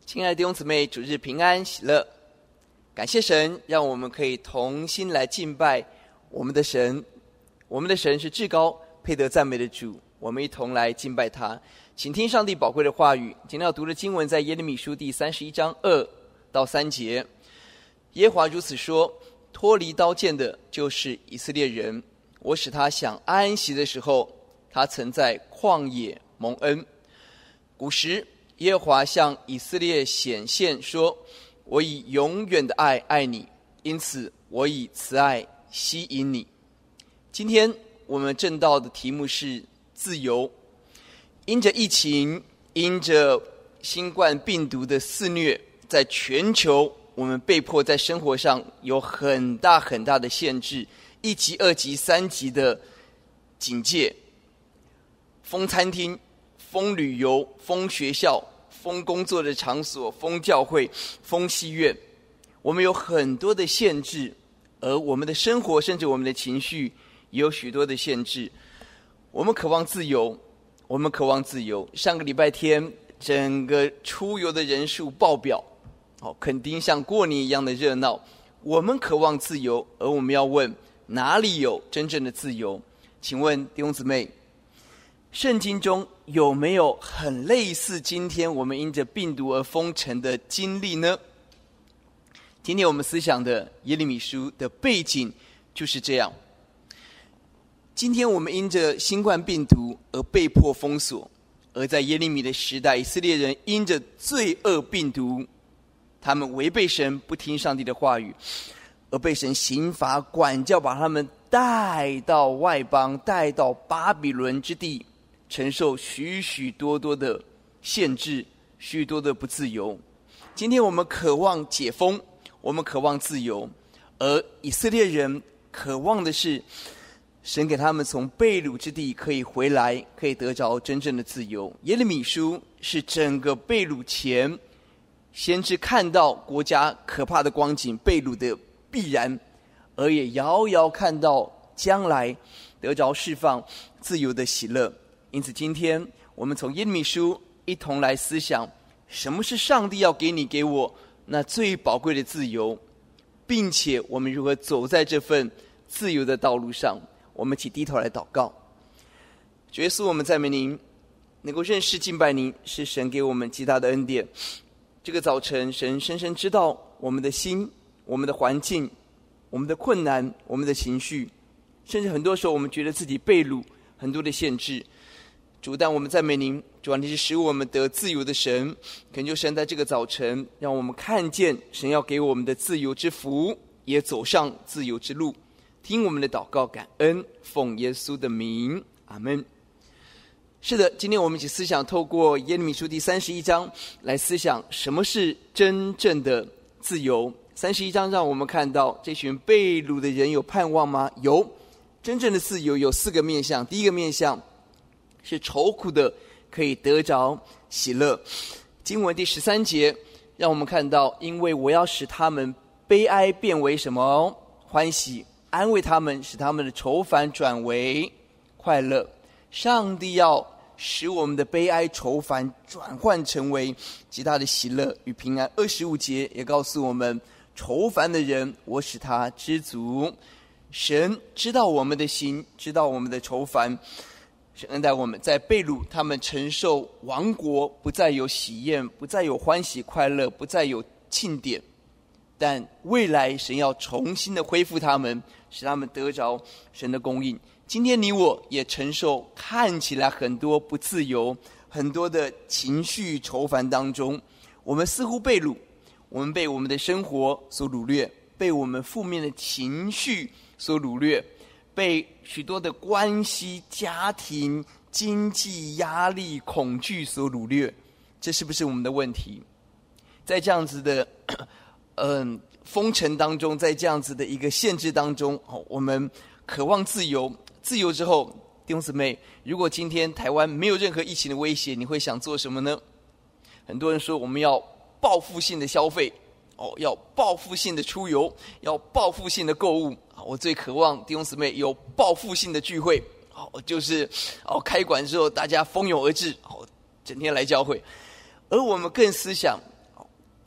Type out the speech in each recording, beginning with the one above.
亲爱的弟兄姊妹，主日平安喜乐！感谢神，让我们可以同心来敬拜我们的神。我们的神是至高，配得赞美的主。我们一同来敬拜他。请听上帝宝贵的话语。今天要读的经文在耶利米书第31章2到3节。耶和华如此说：脱离刀剑的就是以色列人，我使他享安息的时候，他曾在旷野蒙恩。古时耶和华向以色列显现说：我以永远的爱爱你，因此我以慈爱吸引你。今天我们正道的题目是自由。因着疫情，因着新冠病毒的肆虐，在全球我们被迫在生活上有很大很大的限制，1级、2级、3级的警戒，封餐厅、封旅游、封学校、封工作的场所、封教会、封戏院，我们有很多的限制，而我们的生活甚至我们的情绪也有许多的限制。我们渴望自由，我们渴望自由。上个礼拜天，整个出游的人数爆表，垦丁像过年一样的热闹。我们渴望自由，而我们要问，哪里有真正的自由？请问弟兄姊妹，圣经中有没有很类似今天我们因着病毒而封城的经历呢？今天我们思想的耶利米书的背景就是这样。今天我们因着新冠病毒而被迫封锁，而在耶利米的时代，以色列人因着罪恶病毒，他们违背神，不听上帝的话语，而被神刑罚管教，把他们带到外邦，带到巴比伦之地，承受许许多多的限制，许多的不自由。今天我们渴望解封，我们渴望自由，而以色列人渴望的是神给他们从被掳之地可以回来，可以得着真正的自由。耶利米书是整个被掳前先知看到国家可怕的光景，被掳的必然，而也遥遥看到将来得着释放自由的喜乐。因此今天我们从耶利米书一同来思想，什么是上帝要给你给我那最宝贵的自由，并且我们如何走在这份自由的道路上。我们一起低头来祷告。主耶稣，我们赞美您，能够认识敬拜您，是神给我们极大的恩典。这个早晨，神深深知道我们的心，我们的环境，我们的困难，我们的情绪，甚至很多时候我们觉得自己被掳，很多的限制。主，但我们赞美您，主啊，你是使我们得自由的神。恳求神在这个早晨，让我们看见神要给我们的自由之福，也走上自由之路。听我们的祷告，感恩，奉耶稣的名，阿们。是的，今天我们一起思想，透过耶利米书第31章来思想什么是真正的自由。31章让我们看到这群被掳的人有盼望吗？有。真正的自由有4个面向。第一个面向是愁苦的可以得着喜乐。经文第13节让我们看到，因为我要使他们悲哀变为什么？欢喜。安慰他们，使他们的愁烦转为快乐。上帝要使我们的悲哀愁烦转换成为极大的喜乐与平安。25节也告诉我们，愁烦的人我使他知足。神知道我们的心，知道我们的愁烦，神恩待我们，在被掳他们承受亡国，不再有喜宴，不再有欢喜快乐，不再有庆典，但未来神要重新的恢复他们，使他们得着神的供应。今天你我也承受看起来很多不自由，很多的情绪愁烦当中，我们似乎被掳，我们被我们的生活所掳掠，被我们负面的情绪所掳掠，被许多的关系、家庭、经济压力、恐惧所掳掠。这是不是我们的问题？在这样子的封城当中，在这样子的一个限制当中，我们渴望自由。自由之后，弟兄姊妹，如果今天台湾没有任何疫情的威胁，你会想做什么呢？很多人说我们要报复性的消费，要报复性的出游，要报复性的购物。我最渴望弟兄姊妹有报复性的聚会，就是开馆之后大家蜂拥而至，整天来教会。而我们更思想，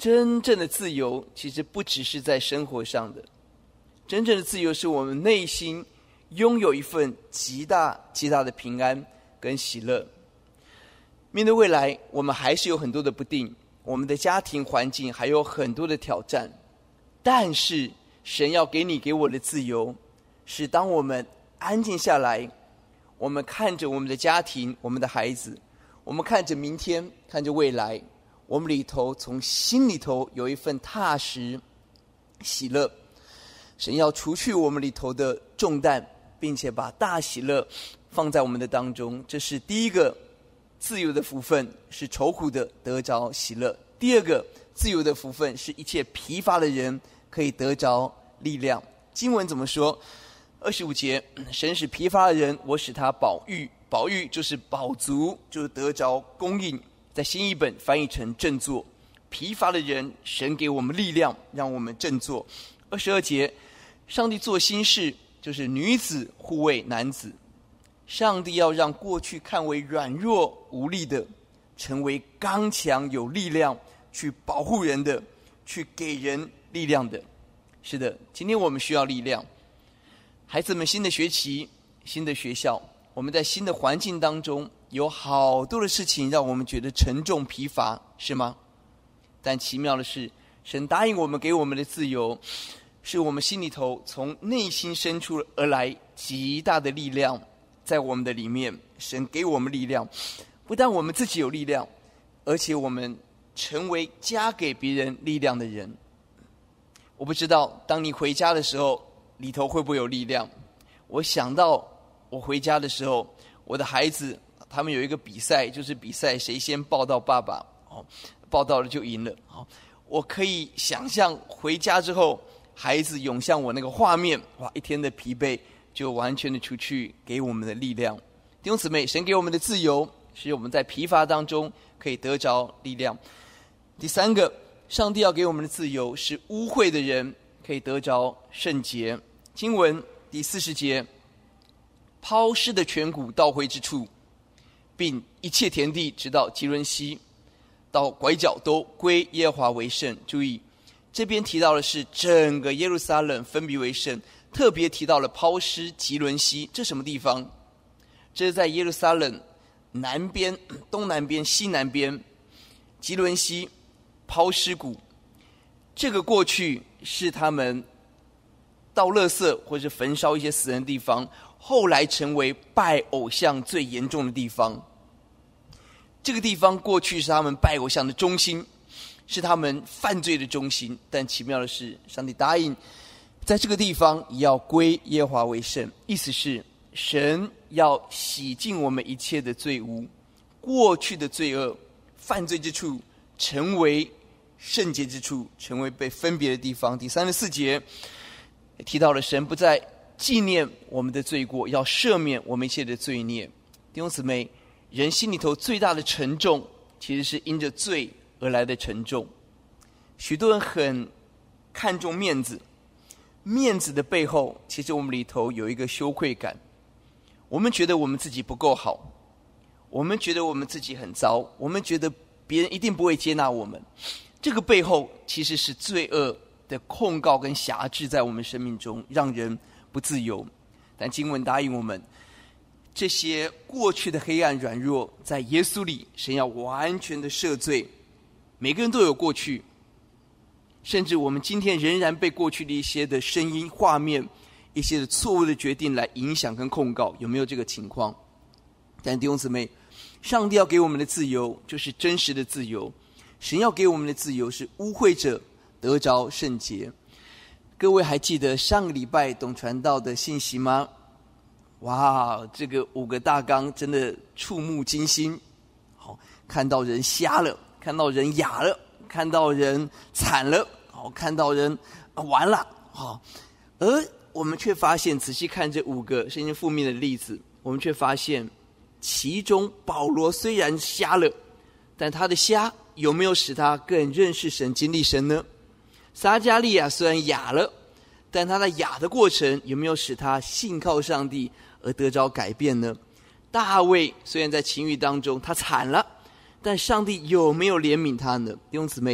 真正的自由其实不只是在生活上的，真正的自由是我们内心拥有一份极大极大的平安跟喜乐。面对未来，我们还是有很多的不定，我们的家庭环境还有很多的挑战，但是神要给你给我的自由，是当我们安静下来，我们看着我们的家庭，我们的孩子，我们看着明天，看着未来，我们里头从心里头有一份踏实喜乐。神要除去我们里头的重担，并且把大喜乐放在我们的当中，这是第一个自由的福分，是愁苦的得着喜乐。第二个自由的福分，是一切疲乏的人可以得着力量。经文怎么说？25节，神使疲乏的人，我使他饱飫。饱飫就是饱足，就是得着供应，在新译本翻译成振作。疲乏的人，神给我们力量，让我们振作。22节，上帝做新事，就是女子护卫男子。上帝要让过去看为软弱无力的，成为刚强有力量，去保护人的，去给人力量的。是的，今天我们需要力量。孩子们，新的学期，新的学校，我们在新的环境当中，有好多的事情让我们觉得沉重疲乏，是吗？但奇妙的是，神答应我们给我们的自由，是我们心里头从内心深处而来极大的力量，在我们的里面，神给我们力量，不但我们自己有力量，而且我们成为加给别人力量的人。我不知道当你回家的时候，里头会不会有力量？我想到我回家的时候，我的孩子他们有一个比赛，就是比赛谁先抱到爸爸，抱到了就赢了。我可以想象回家之后，孩子涌向我那个画面，哇，一天的疲惫就完全的除去，给我们的力量。弟兄姊妹，神给我们的自由，是我们在疲乏当中可以得着力量。第三个，上帝要给我们的自由，是污秽的人可以得着圣洁。经文第40节，抛尸的全谷到灰之处，并一切田地直到基伦西，到拐角都归耶和华为圣。注意，这边提到的是整个耶路撒冷分别为圣，特别提到了抛尸基伦西。这什么地方？这是在耶路撒冷南边、东南边、西南边，基伦西抛尸谷。这个过去是他们倒垃圾或者焚烧一些死人的地方，后来成为拜偶像最严重的地方。这个地方过去是他们拜偶像的中心，是他们犯罪的中心。但奇妙的是，上帝答应在这个地方也要归耶和华为圣，意思是神要洗净我们一切的罪污，过去的罪恶犯罪之处成为圣洁之处，成为被分别的地方。第34节提到了神不再纪念我们的罪过，要赦免我们一切的罪孽。弟兄姊妹，人心里头最大的沉重，其实是因着罪而来的沉重。许多人很看重面子，面子的背后，其实我们里头有一个羞愧感。我们觉得我们自己不够好，我们觉得我们自己很糟，我们觉得别人一定不会接纳我们。这个背后其实是罪恶的控告跟辖制在我们生命中，让人不自由。但经文答应我们，这些过去的黑暗软弱，在耶稣里，神要完全的赦罪。每个人都有过去，甚至我们今天仍然被过去的一些的声音、画面、一些的错误的决定来影响跟控告，有没有这个情况？但弟兄姊妹，上帝要给我们的自由就是真实的自由，神要给我们的自由是污秽者得着圣洁。各位还记得上个礼拜董传道的信息吗？哇，这个5个大纲真的触目惊心。好，看到人瞎了，看到人哑了，看到人惨了，好，看到人完了。好，而我们却发现，仔细看这5个圣经负面的例子，我们却发现其中保罗虽然瞎了，但他的瞎有没有使他更认识神、经历神呢？撒迦利亚虽然哑了，但他的哑的过程有没有使他信靠上帝而得着改变呢？大卫虽然在情欲当中他惨了，但上帝有没有怜悯他呢？弟兄姊妹，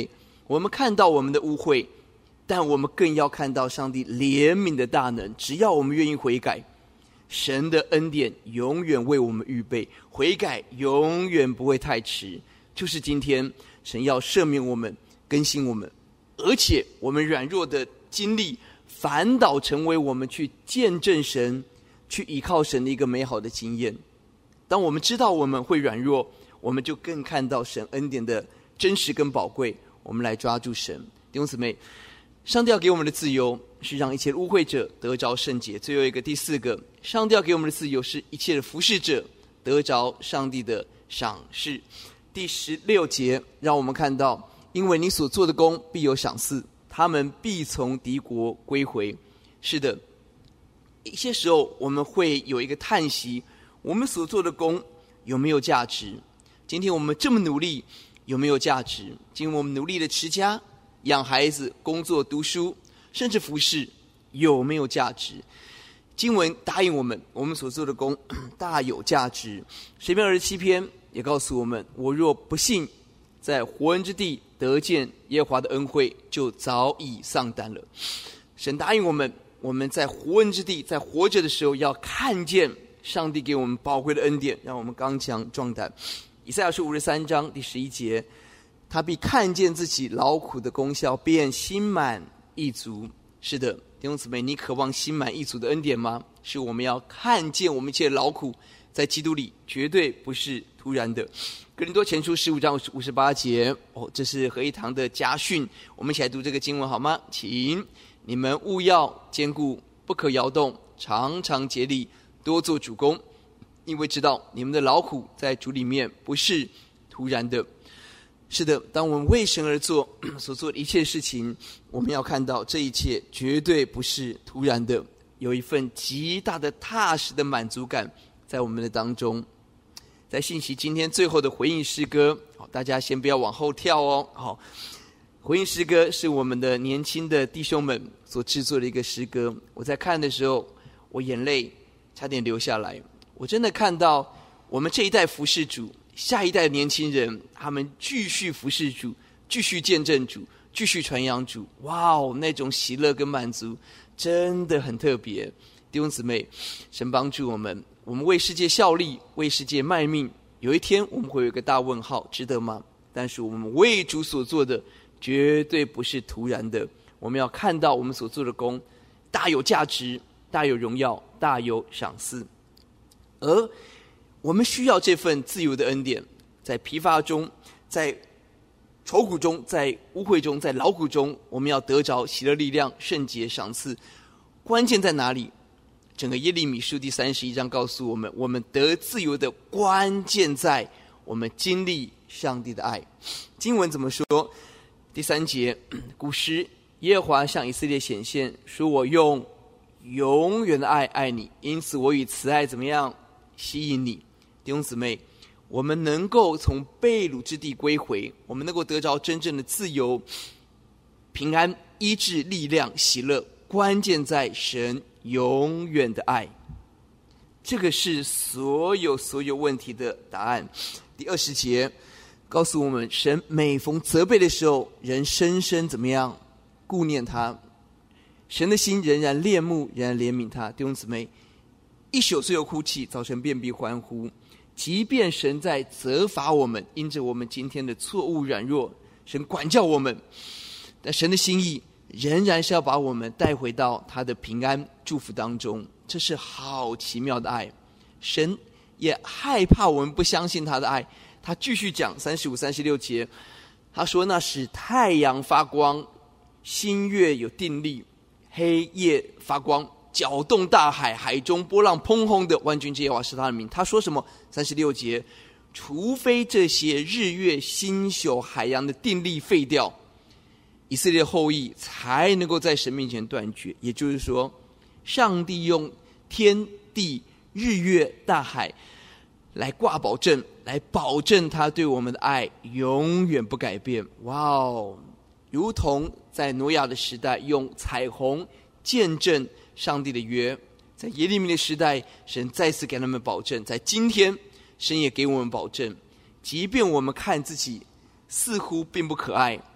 我们看到我们的污秽，但我们更要看到上帝怜悯的大能。只要我们愿意悔改，神的恩典永远为我们预备，悔改永远不会太迟。就是今天神要赦免我们，更新我们，而且我们软弱的经历反倒成为我们去见证神，去依靠神的一个美好的经验。当我们知道我们会软弱，我们就更看到神恩典的真实跟宝贵，我们来抓住神。弟兄姊妹，上帝要给我们的自由是让一切污秽者得着圣洁。最后一个，第四个，上帝要给我们的自由是一切的服侍者得着上帝的赏识。第16节让我们看到，因为你所做的工必有赏赐，他们必从敌国归回。是的，一些时候我们会有一个叹息，我们所做的工有没有价值？今天我们这么努力有没有价值？今天我们努力的持家、养孩子、工作、读书，甚至服侍，有没有价值？经文答应我们，我们所做的工大有价值。诗篇27篇也告诉我们，我若不信在活人之地得见耶和华的恩惠，就早已丧胆了。神答应我们，我们在活人之地，在活着的时候要看见上帝给我们宝贵的恩典，让我们刚强壮胆。以赛亚书53章第11节，他必看见自己劳苦的功效，便心满意足。是的，弟兄姊妹，你渴望心满意足的恩典吗？是我们要看见我们一切劳苦在基督里绝对不是突然的。哥林多前书15章58节，这是合一堂的家训，我们一起来读这个经文好吗？请你们务要坚固，不可摇动，常常竭力，多做主工，因为知道你们的劳苦在主里面不是突然的。是的，当我们为神而做所做的一切事情，我们要看到这一切绝对不是突然的，有一份极大的踏实的满足感在我们的当中。在信息今天最后的回应诗歌，大家先不要往后跳哦。好，回应诗歌是我们的年轻的弟兄们所制作的一个诗歌。我在看的时候，我眼泪差点流下来。我真的看到我们这一代服侍主，下一代的年轻人，他们继续服侍主，继续见证主，继续传扬主。哇哦，那种喜乐跟满足真的很特别。弟兄姊妹，神帮助我们，我们为世界效力，为世界卖命，有一天我们会有一个大问号，值得吗？但是我们为主所做的绝对不是突然的，我们要看到我们所做的工大有价值，大有荣耀，大有赏赐。而我们需要这份自由的恩典，在疲乏中，在愁苦中，在污秽中，在劳苦中，我们要得着喜乐、力量、圣洁、赏赐。关键在哪里？整个耶利米书第31章告诉我们，我们得自由的关键在我们经历上帝的爱。经文怎么说？第3节，古时耶和华向以色列显现，说我用永远的爱爱你，因此我以慈爱怎么样吸引你。弟兄姊妹，我们能够从被掳之地归回，我们能够得着真正的自由、平安、医治、力量、喜乐，关键在神永远的爱。这个是所有问题的答案。第20节告诉我们，神每逢责备的时候，人深深怎么样顾念他，神的心仍然恋慕，仍然怜悯他。弟兄姊妹，一宿虽有哭泣，早晨便必欢呼。即便神在责罚我们，因着我们今天的错误软弱，神管教我们，但神的心意仍然是要把我们带回到他的平安祝福当中。这是好奇妙的爱。神也害怕我们不相信他的爱，他继续讲35、36节，他说那使太阳发光，星月有定力，黑夜发光，搅动大海，海中波浪砰轰的，万军之耶和华是他的名。他说什么？36节，除非这些日月星宿海洋的定力废掉，以色列后裔才能够在神面前断绝。也就是说，上帝用天地日月大海来挂保证，来保证他对我们的爱永远不改变。哇哦，如同在挪亚的时代用彩虹见证上帝的约，在耶利米的时代，神再次给他们保证，在今天神也给我们保证，即便我们看自己似乎并不可爱，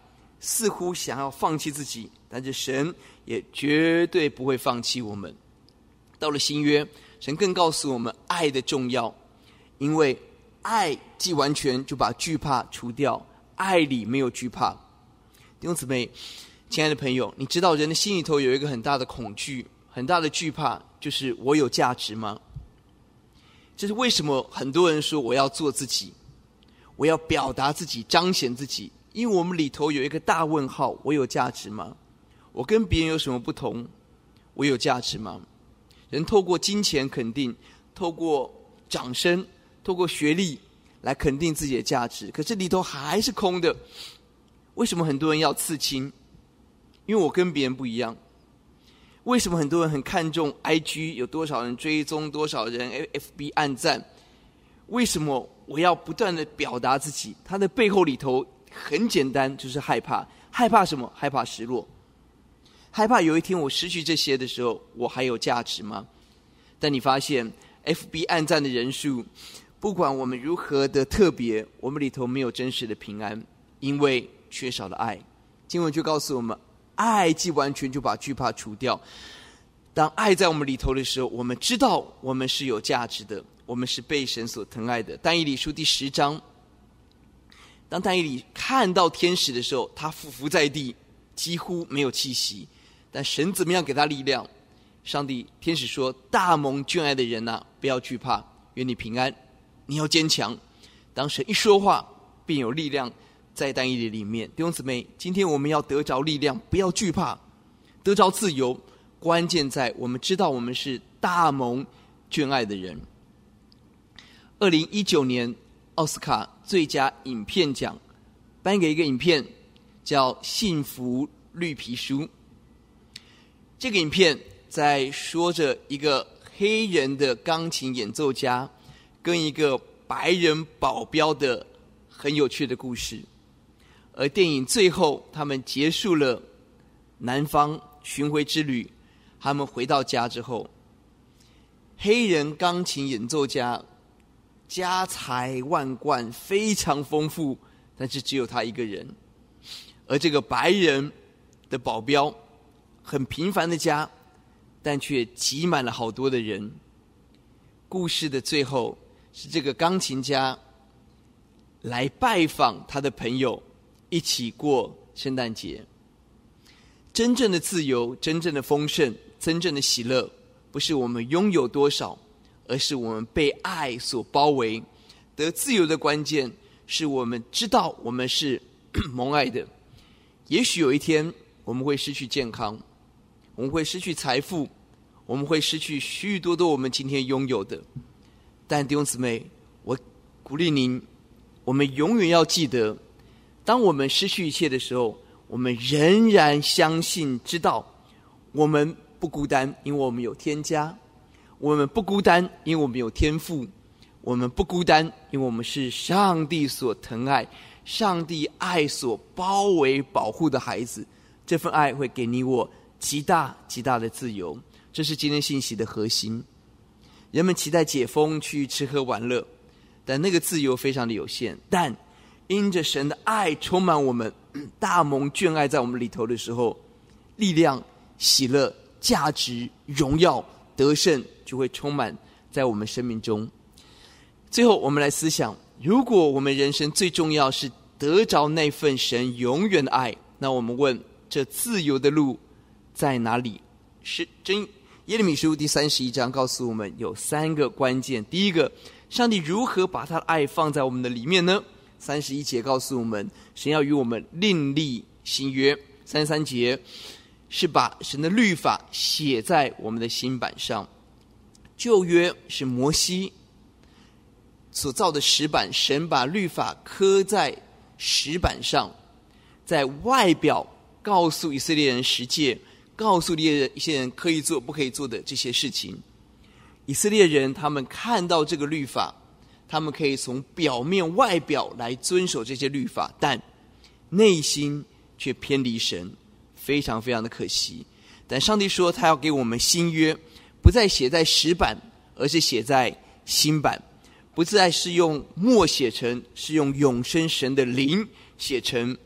似乎想要放弃自己，但是神也绝对不会放弃我们。到了新约，神更告诉我们爱的重要，因为爱既完全，就把惧怕除掉，爱里没有惧怕。弟兄姊妹，亲爱的朋友，你知道人的心里头有一个很大的恐惧，很大的惧怕，就是我有价值吗？这是为什么很多人说我要做自己，我要表达自己，彰显自己，因为我们里头有一个大问号，我有价值吗？我跟别人有什么不同？我有价值吗？人透过金钱肯定，透过掌声，透过学历来肯定自己的价值，可是里头还是空的。为什么很多人要刺青？因为我跟别人不一样。为什么很多人很看重 IG 有多少人追踪，多少人 FB 按赞？为什么我要不断的表达自己？它的背后里头很简单，就是害怕。害怕什么？害怕失落，害怕有一天我失去这些的时候，我还有价值吗？但你发现 FB 按赞的人数，不管我们如何的特别，我们里头没有真实的平安，因为缺少了爱。经文就告诉我们，爱既完全，就把惧怕除掉。当爱在我们里头的时候，我们知道我们是有价值的，我们是被神所疼爱的。但以理书第10章，当但以理看到天使的时候，他俯伏在地，几乎没有气息。但神怎么样给他力量？上帝天使说，大蒙眷爱的人啊，不要惧怕，愿你平安，你要坚强。当神一说话，便有力量在但以理里面。弟兄姊妹，今天我们要得着力量，不要惧怕，得着自由，关键在我们知道我们是大蒙眷爱的人。2019年奥斯卡最佳影片奖颁给一个影片叫《幸福绿皮书》。这个影片在说着一个黑人的钢琴演奏家跟一个白人保镖的很有趣的故事。而电影最后他们结束了南方巡回之旅，他们回到家之后，黑人钢琴演奏家家财万贯，非常丰富，但是只有他一个人。而这个白人的保镖很平凡的家，但却挤满了好多的人。故事的最后是这个钢琴家来拜访他的朋友，一起过圣诞节。真正的自由，真正的丰盛，真正的喜乐，不是我们拥有多少，而是我们被爱所包围。得自由的关键是我们知道我们是蒙爱的。也许有一天我们会失去健康，我们会失去财富，我们会失去许许多多我们今天拥有的。但弟兄姊妹，我鼓励您，我们永远要记得，当我们失去一切的时候，我们仍然相信知道我们不孤单，因为我们有天家。我们不孤单，因为我们有天父。我们不孤单，因为我们是上帝所疼爱，上帝爱所包围保护的孩子。这份爱会给你我极大极大的自由，这是今天信息的核心。人们期待解封，去吃喝玩乐，但那个自由非常的有限。但因着神的爱充满我们，大蒙眷爱在我们里头的时候，力量、喜乐、价值、荣耀、得胜就会充满在我们生命中。最后我们来思想，如果我们人生最重要是得着那份神永远的爱，那我们问，这自由的路在哪里？是耶利米书第31章告诉我们有3个关键。第一个，上帝如何把他的爱放在我们的里面呢？31节告诉我们，神要与我们另立新约。33节是把神的律法写在我们的心板上。旧约是摩西所造的石板，神把律法刻在石板上，在外表告诉以色列人十诫，告诉一些人可以做不可以做的这些事情。以色列人他们看到这个律法，他们可以从表面外表来遵守这些律法，但内心却偏离神，非常非常的可惜。但上帝说他要给我们新约，不再写在石板，而是写在心板，不再是用墨写成，是用永生神的灵写成。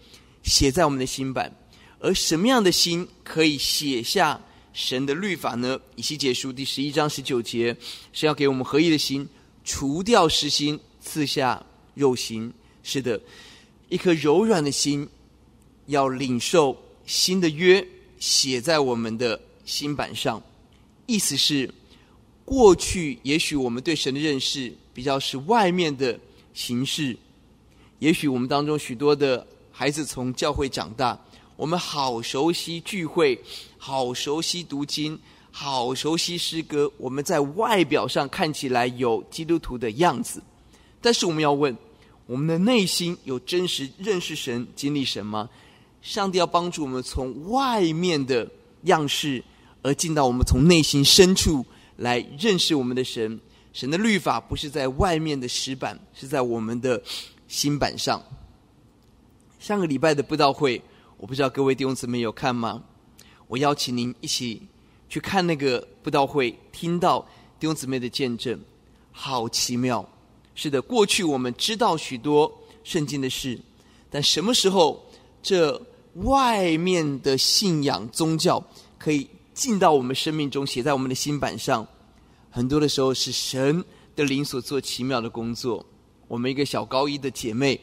写在我们的心版。而什么样的心可以写下神的律法呢？以西结书第11章19节，是要给我们合一的心，除掉实心，赐下肉心。是的，一颗柔软的心，要领受新的约，写在我们的心版上。意思是，过去也许我们对神的认识比较是外面的形式，也许我们当中许多的孩子从教会长大，我们好熟悉聚会，好熟悉读经，好熟悉诗歌，我们在外表上看起来有基督徒的样子，但是我们要问，我们的内心有真实认识神、经历神吗？上帝要帮助我们从外面的样式，而进到我们从内心深处来认识我们的神。神的律法不是在外面的石板，是在我们的心板上。上个礼拜的布道会，我不知道各位弟兄姊妹有看吗？我邀请您一起去看那个布道会，听到弟兄姊妹的见证，好奇妙。是的，过去我们知道许多圣经的事，但什么时候这外面的信仰宗教可以进到我们生命中，写在我们的心板上？很多的时候是神的灵所做奇妙的工作。我们一个小高一的姐妹，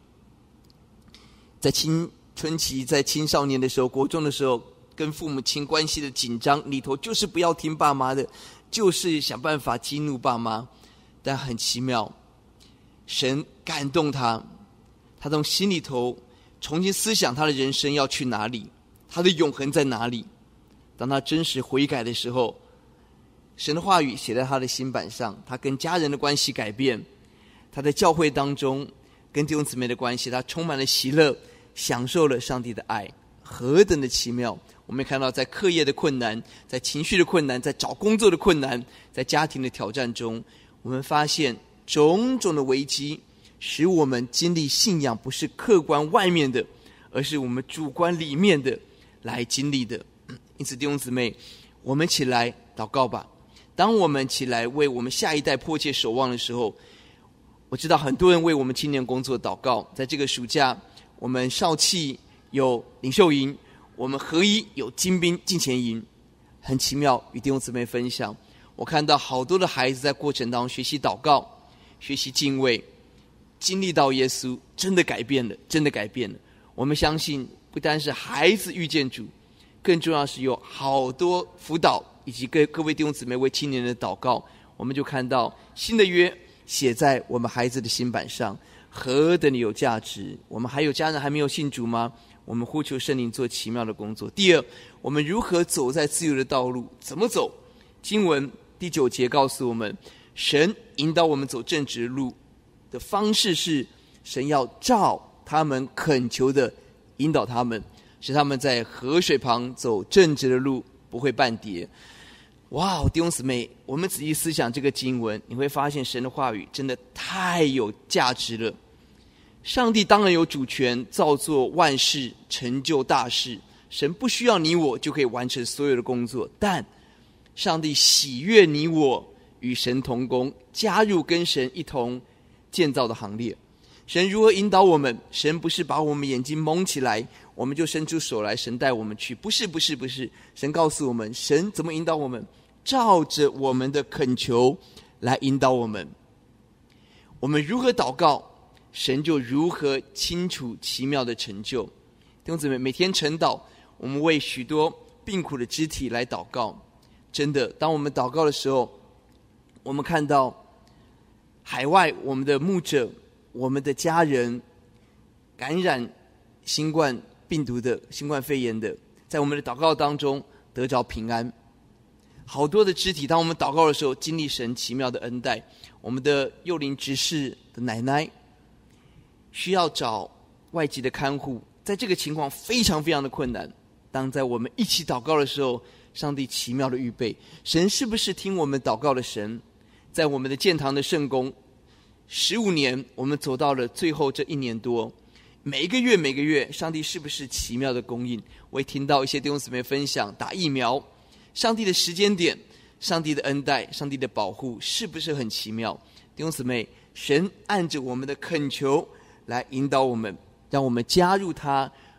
在青春期，在青少年的时候，国中的时候，跟父母亲关系的紧张里头，就是不要听爸妈的，就是想办法激怒爸妈。但很奇妙，神感动他从心里头重新思想他的人生要去哪里，他的永恒在哪里。当他真实悔改的时候，神的话语写在他的心板上，他跟家人的关系改变，他在教会当中跟弟兄姊妹的关系，他充满了喜乐，享受了上帝的爱，何等的奇妙。我们看到在课业的困难，在情绪的困难，在找工作的困难，在家庭的挑战中，我们发现种种的危机使我们经历信仰不是客观外面的，而是我们主观里面的来经历的。因此弟兄姊妹，我们起来祷告吧。当我们起来为我们下一代迫切守望的时候，我知道很多人为我们青年工作祷告。在这个暑假，我们少企有领袖营，我们合一有精兵进前营。很奇妙，与弟兄姊妹分享，我看到好多的孩子在过程当中学习祷告，学习敬畏，经历到耶稣，真的改变了，真的改变了。我们相信，不单是孩子遇见主，更重要是有好多辅导以及各位弟兄姊妹为青年人的祷告，我们就看到新的约写在我们孩子的心板上，何等的有价值。我们还有家人还没有信主吗？我们呼求圣灵做奇妙的工作。第二，我们如何走在自由的道路？怎么走？经文第9节告诉我们，神引导我们走正直的路的方式是，神要照他们恳求的引导他们，使他们在河水旁走正直的路，不会半跌。哇，弟兄姊妹，我们仔细思想这个经文，你会发现神的话语真的太有价值了。上帝当然有主权造作万事，成就大事，神不需要你我就可以完成所有的工作，但上帝喜悦你我与神同工，加入跟神一同建造的行列。神如何引导我们？神不是把我们眼睛蒙起来，我们就伸出手来，神带我们去。不是。神告诉我们，神怎么引导我们？照着我们的恳求来引导我们。我们如何祷告，神就如何清楚奇妙的成就。弟兄姊妹，每天晨祷，我们为许多病苦的肢体来祷告。真的，当我们祷告的时候，我们看到海外我们的牧者，我们的家人感染新冠病毒的新冠肺炎的，在我们的祷告当中得着平安。好多的肢体，当我们祷告的时候，经历神奇妙的恩待。我们的幼龄执事的奶奶需要找外籍的看护，在这个情况非常非常的困难。当在我们一起祷告的时候，上帝奇妙的预备。神是不是听我们祷告的神？在我们的建堂的圣工15年，我们走到了最后这1年多，每一个月，上帝是不是奇妙的供应？我也听到一些弟兄姊妹分享打疫苗，上帝的时间点，上帝的恩待，上帝的保护，是不是很奇妙？弟兄姊妹，神按着我们的恳求来引导我们，让我们加入他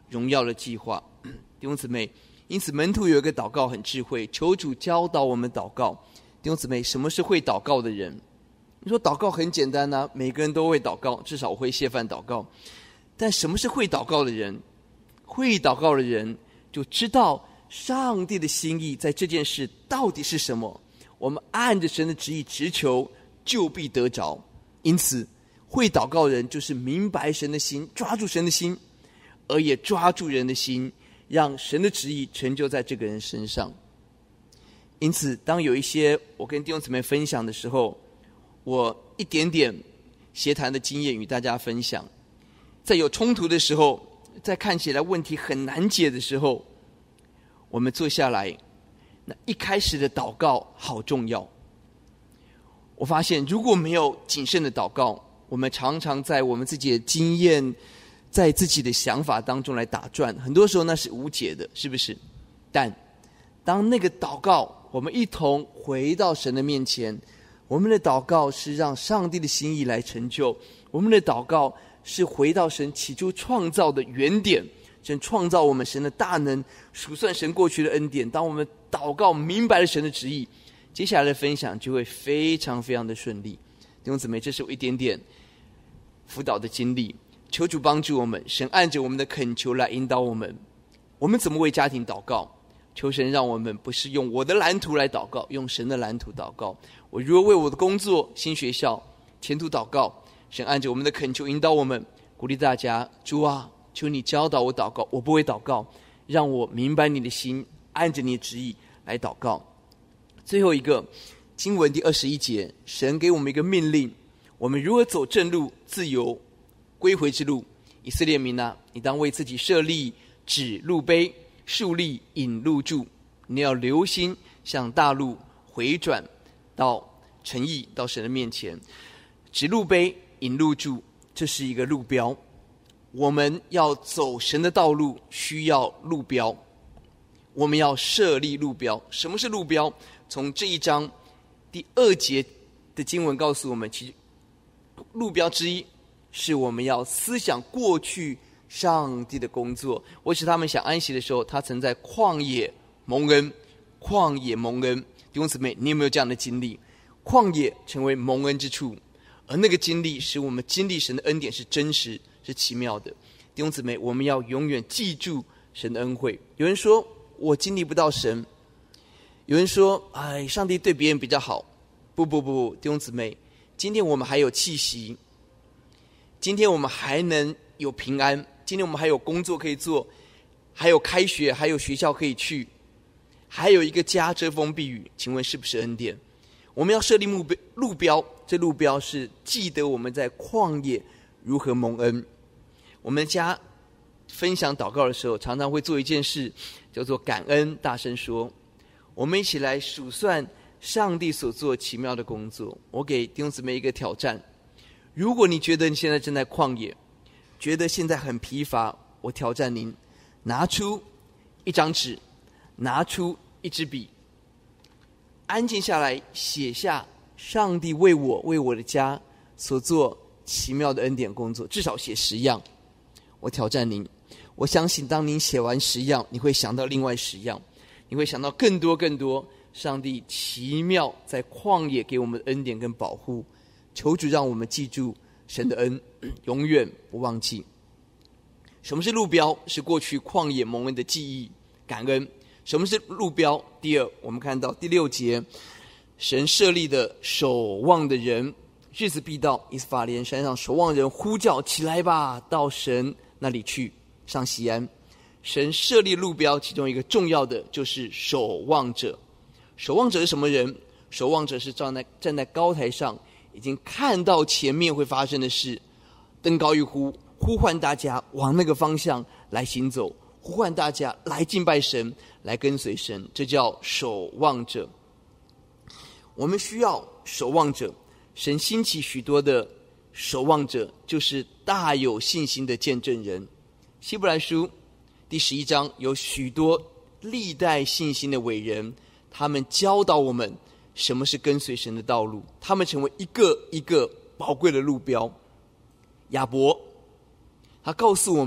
荣耀的计划。弟兄姊妹，因此门徒有一个祷告很智慧，求主教导我们祷告。弟兄姊妹，什么是会祷告的人？你说祷告很简单啊，每个人都会祷告，至少我会谢饭祷告。但什么是会祷告的人？会祷告的人就知道上帝的心意在这件事到底是什么，我们按着神的旨意直求，就必得着。因此会祷告的人就是明白神的心，抓住神的心，而也抓住人的心，让神的旨意成就在这个人身上。因此当有一些我跟弟兄姊妹分享的时候，我一点点协谈的经验与大家分享。在有冲突的时候，在看起来问题很难解的时候，我们坐下来，那一开始的祷告好重要。我发现如果没有谨慎的祷告，我们常常在我们自己的经验，在自己的想法当中来打转，很多时候那是无解的，是不是？但当那个祷告我们一同回到神的面前，我们的祷告是让上帝的心意来成就，我们的祷告是回到神起初创造的原点，神创造我们，神的大能，数算神过去的恩典。当我们祷告明白了神的旨意，接下来的分享就会非常非常的顺利。弟兄姊妹，这是我一点点辅导的经历，求主帮助我们，神按着我们的恳求来引导我们。我们怎么为家庭祷告？求神让我们不是用我的蓝图来祷告，用神的蓝图祷告。我如果为我的工作、新学校、前途祷告，神按着我们的恳求引导我们，鼓励大家，主啊，求你教导我祷告，我不会祷告，让我明白你的心，按着你的旨意来祷告。最后一个经文第21节，神给我们一个命令，我们如何走正路、自由归回之路。以色列民啊，你当为自己设立指路碑，树立引路柱，你要留心向大路回转，到诚意，到神的面前。指路碑、引路柱，这是一个路标。我们要走神的道路，需要路标，我们要设立路标。什么是路标？从这一章第2节的经文告诉我们，其实路标之一是我们要思想过去上帝的工作。我使他们想安息的时候，他曾在旷野蒙恩。旷野蒙恩，弟兄姊妹，你有没有这样的经历？旷野成为蒙恩之处，而那个经历使我们经历神的恩典是真实、是奇妙的。弟兄姊妹，我们要永远记住神的恩惠。有人说我经历不到神，有人说上帝对别人比较好。不，弟兄姊妹，今天我们还有气息，今天我们还能有平安，今天我们还有工作可以做，还有开学，还有学校可以去，还有一个家遮风避雨，请问是不是恩典？我们要设立路标，这路标是记得我们在旷野如何蒙恩。我们家分享祷告的时候，常常会做一件事，叫做感恩大声说。我们一起来数算上帝所做奇妙的工作。我给弟兄姊妹一个挑战，如果你觉得你现在正在旷野，觉得现在很疲乏，我挑战您，拿出一张纸，拿出一支笔，安静下来，写下上帝为我、为我的家所做奇妙的恩典工作，至少写10样。我挑战您，我相信当您写完10样，你会想到另外10样，你会想到更多更多上帝奇妙在旷野给我们的恩典跟保护。求主让我们记住神的恩，永远不忘记。什么是路标？是过去旷野蒙恩的记忆、感恩。什么是路标？第二，我们看到第6节，神设立的守望的人，日子必到，以斯法莲山上守望人呼叫，起来吧，到神那里去，上锡安。神设立路标，其中一个重要的就是守望者。守望者是什么人？守望者是站在高台上，已经看到前面会发生的事，登高一呼，呼唤大家往那个方向来行走，呼唤大家来敬拜神，来跟随神，这叫守望者。我们需要守望者，神兴起许多的守望者，就是大有信心的见证人。希伯来书第11章有许多历代信心的伟人，他们教导我们什么是跟随神的道路，他们成为一个一个宝贵的路标。亚伯他告诉我们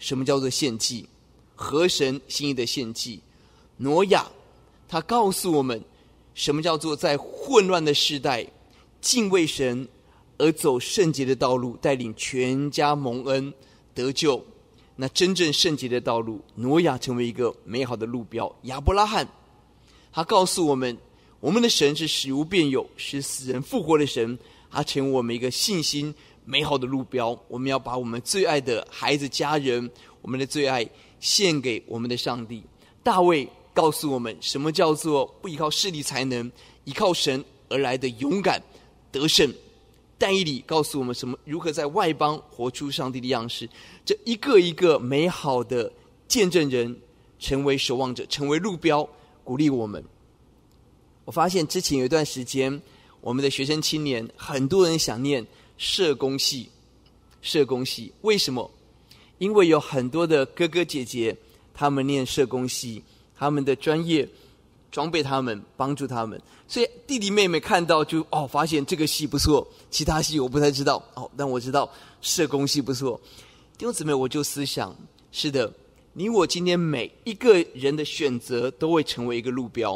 什么叫做献祭，合神心意的献祭。挪亚他告诉我们什么叫做在混乱的时代敬畏神而走圣洁的道路，带领全家蒙恩得救。那真正圣洁的道路，挪亚成为一个美好的路标。亚伯拉罕他告诉我们，我们的神是使无变有，使死人复活的神，他成为我们一个信心美好的路标。我们要把我们最爱的孩子家人，我们的最爱献给我们的上帝。大卫告诉我们什么叫做不依靠势力才能，依靠神而来的勇敢得胜。但以理告诉我们如何在外邦活出上帝的样式。这一个一个美好的见证人，成为守望者，成为路标，鼓励我们。我发现之前有一段时间，我们的学生青年很多人想念社工系。为什么？因为有很多的哥哥姐姐他们念社工系，他们的专业装备他们，帮助他们，所以弟弟妹妹看到就发现这个系不错，其他系我不太知道但我知道社工系不错。弟兄姊妹，我就思想，是的，你我今天每一个人的选择都会成为一个路标。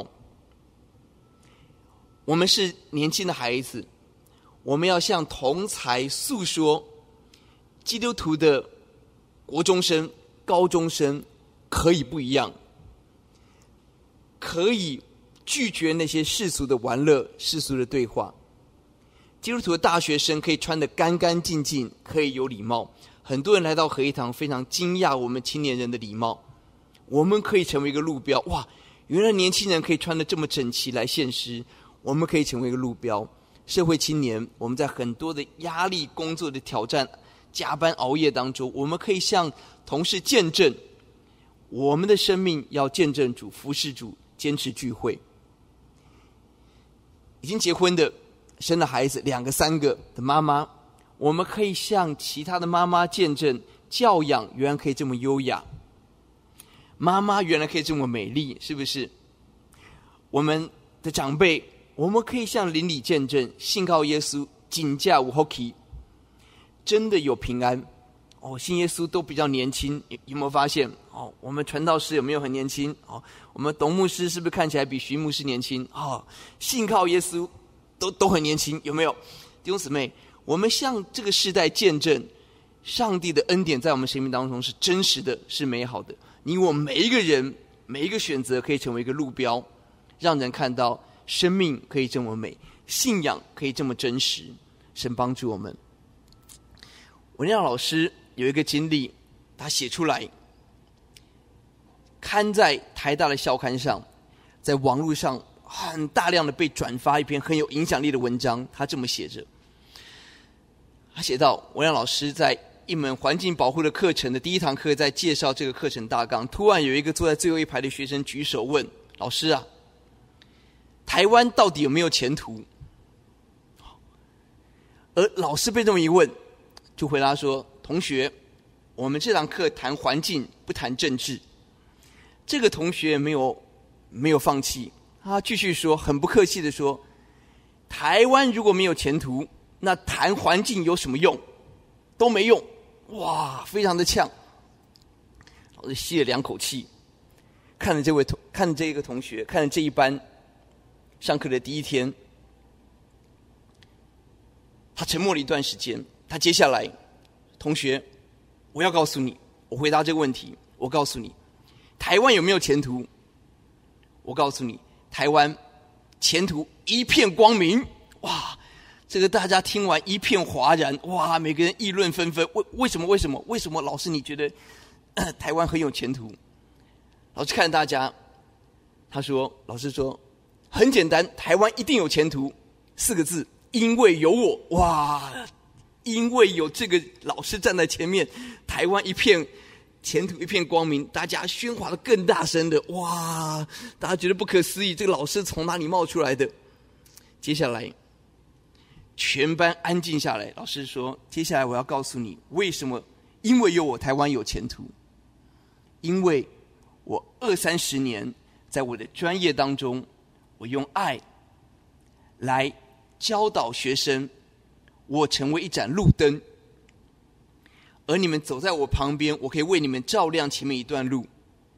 我们是年轻的孩子，我们要向同侪诉说基督徒的国中生、高中生可以不一样，可以拒绝那些世俗的玩乐、世俗的对话。基督徒的大学生可以穿得干干净净，可以有礼貌。很多人来到合一堂，非常惊讶我们青年人的礼貌。我们可以成为一个路标，原来年轻人可以穿得这么整齐来献诗，我们可以成为一个路标。社会青年，我们在很多的压力、工作的挑战、加班熬夜当中，我们可以向同事见证我们的生命要见证主、服侍主、坚持聚会。已经结婚的、生了孩子2个、3个的妈妈，我们可以向其他的妈妈见证，教养原来可以这么优雅，妈妈原来可以这么美丽，是不是？我们的长辈，我们可以向邻里见证，信靠耶稣，真的有福气，真的有平安。信耶稣都比较年轻，有没有发现？我们传道师有没有很年轻？我们董牧师是不是看起来比徐牧师年轻？信靠耶稣都很年轻，有没有？弟兄姊妹，我们向这个世代见证上帝的恩典在我们生命当中是真实的，是美好的。你我每一个人每一个选择可以成为一个路标，让人看到生命可以这么美，信仰可以这么真实。神帮助我们。文亮老师有一个经历，他写出来刊在台大的校刊上，在网络上很大量的被转发，一篇很有影响力的文章。他这么写着，他写到文亮老师在一门环境保护的课程的第一堂课，在介绍这个课程大纲，突然有一个坐在最后一排的学生举手问老师啊，台湾到底有没有前途？而老师被这么一问，就回答说，同学，我们这堂课谈环境，不谈政治。这个同学没有放弃，他继续说，很不客气的说，台湾如果没有前途，那谈环境有什么用？都没用。哇，非常的呛。老师吸了2口气，看着这个同学，看着这一班上课的第一天，他沉默了一段时间。他接下来，同学，我要告诉你，我回答这个问题，我告诉你，台湾有没有前途？我告诉你，台湾前途一片光明。哇，这个大家听完一片哗然，哇，每个人议论纷纷。为什么老师你觉得台湾很有前途？老师看着大家，老师说很简单，台湾一定有前途，4个字，因为有我。哇，因为有这个老师站在前面，台湾一片前途一片光明，大家喧哗的更大声的。哇，大家觉得不可思议，这个老师从哪里冒出来的？接下来全班安静下来，老师说，接下来我要告诉你为什么，因为有我，台湾有前途。因为我20-30年在我的专业当中，我用爱来教导学生，我成为一盏路灯。 而你们走在我旁边，我可以为你们照亮前面一段路。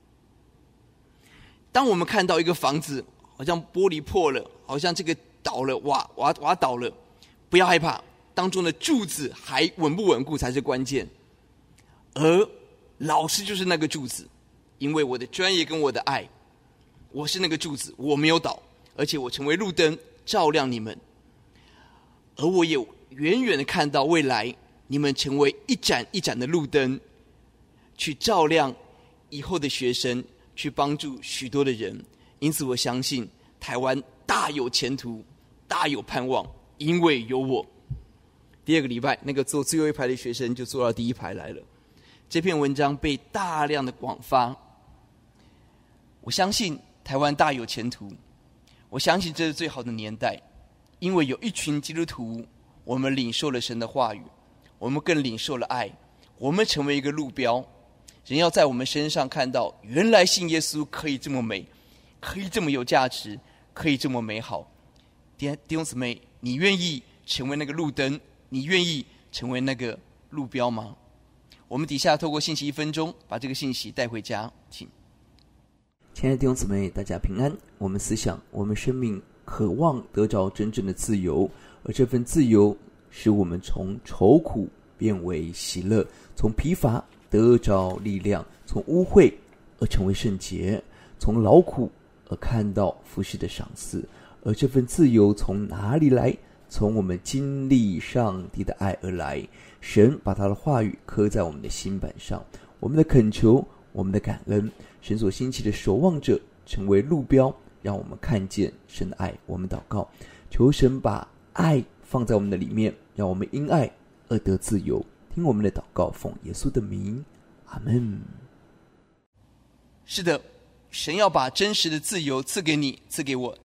当我们看到一个房子好像玻璃破了，好像这个倒了，瓦倒了，不要害怕，当中的柱子还稳不稳固才是关键。而老师就是那个柱子，因为我的专业跟我的爱，我是那个柱子，我没有倒，而且我成为路灯，照亮你们。而我也远远的看到未来你们成为一盏一盏的路灯，去照亮以后的学生，去帮助许多的人。因此我相信台湾大有前途，大有盼望，因为有我。第二个礼拜，那个坐最后一排的学生就坐到第一排来了。这篇文章被大量的广发，我相信台湾大有前途，我相信这是最好的年代，因为有一群基督徒，我们领受了神的话语，我们更领受了爱，我们成为一个路标，人要在我们身上看到，原来信耶稣可以这么美，可以这么有价值，可以这么美好。弟兄姊妹，你愿意成为那个路灯？你愿意成为那个路标吗？我们底下透过信息1分钟，把这个信息带回家，请。亲爱的弟兄姊妹，大家平安。我们思想，我们生命渴望得着真正的自由，而这份自由使我们从愁苦变为喜乐，从疲乏得着力量，从污秽而成为圣洁，从劳苦而看到服事的赏赐。而这份自由从哪里来？从我们经历上帝的爱而来。神把他的话语刻在我们的心板上，我们的恳求，我们的感恩，神所兴起的守望者成为路标，让我们看见神的爱。我们祷告，求神把爱放在我们的里面，让我们因爱而得自由。听我们的祷告，奉耶稣的名，阿们。是的，神要把真实的自由赐给你，赐给我。